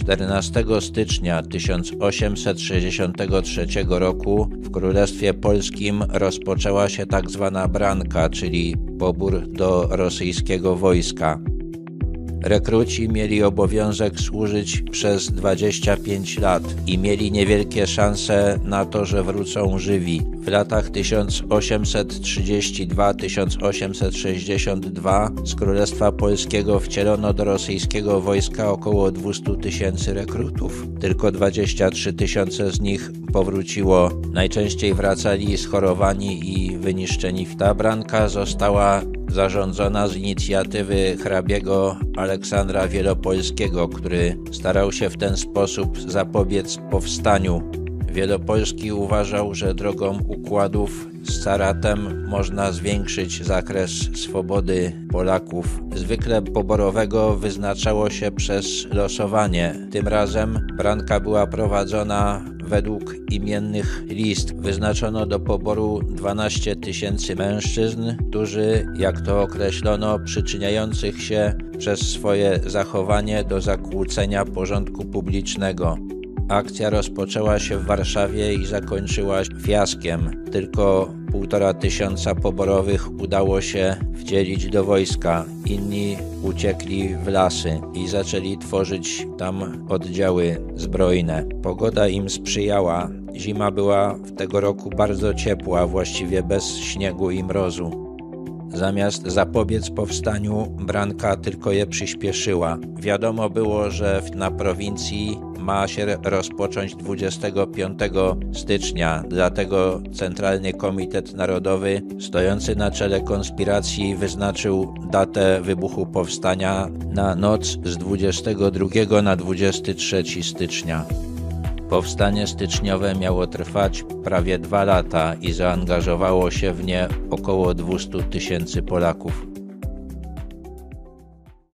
14 stycznia 1863 roku w Królestwie Polskim rozpoczęła się tzw. branka, czyli pobór do rosyjskiego wojska. Rekruci mieli obowiązek służyć przez 25 lat i mieli niewielkie szanse na to, że wrócą żywi. W latach 1862–1862 z Królestwa Polskiego wcielono do rosyjskiego wojska około 200 000 rekrutów. Tylko 23 000 z nich powróciło. Najczęściej wracali schorowani i wyniszczeni. Ta branka została zarządzona z inicjatywy hrabiego Aleksandra Wielopolskiego, który starał się w ten sposób zapobiec powstaniu. Wielopolski uważał, że drogą układów z caratem można zwiększyć zakres swobody Polaków. Zwykle poborowego wyznaczało się przez losowanie. Tym razem branka była prowadzona według imiennych list. Wyznaczono do poboru 12 000 mężczyzn, którzy, jak to określono, przyczyniających się przez swoje zachowanie do zakłócenia porządku publicznego. Akcja rozpoczęła się w Warszawie i zakończyła fiaskiem. Tylko 1500 poborowych udało się wdzielić do wojska. Inni uciekli w lasy i zaczęli tworzyć tam oddziały zbrojne. Pogoda im sprzyjała. Zima była tego roku bardzo ciepła, właściwie bez śniegu i mrozu. Zamiast zapobiec powstaniu, branka tylko je przyspieszyła. Wiadomo było, że na prowincji ma się rozpocząć 25 stycznia, dlatego Centralny Komitet Narodowy stojący na czele konspiracji wyznaczył datę wybuchu powstania na noc z 22 na 23 stycznia. Powstanie styczniowe miało trwać prawie 2 lata i zaangażowało się w nie około 200 000 Polaków.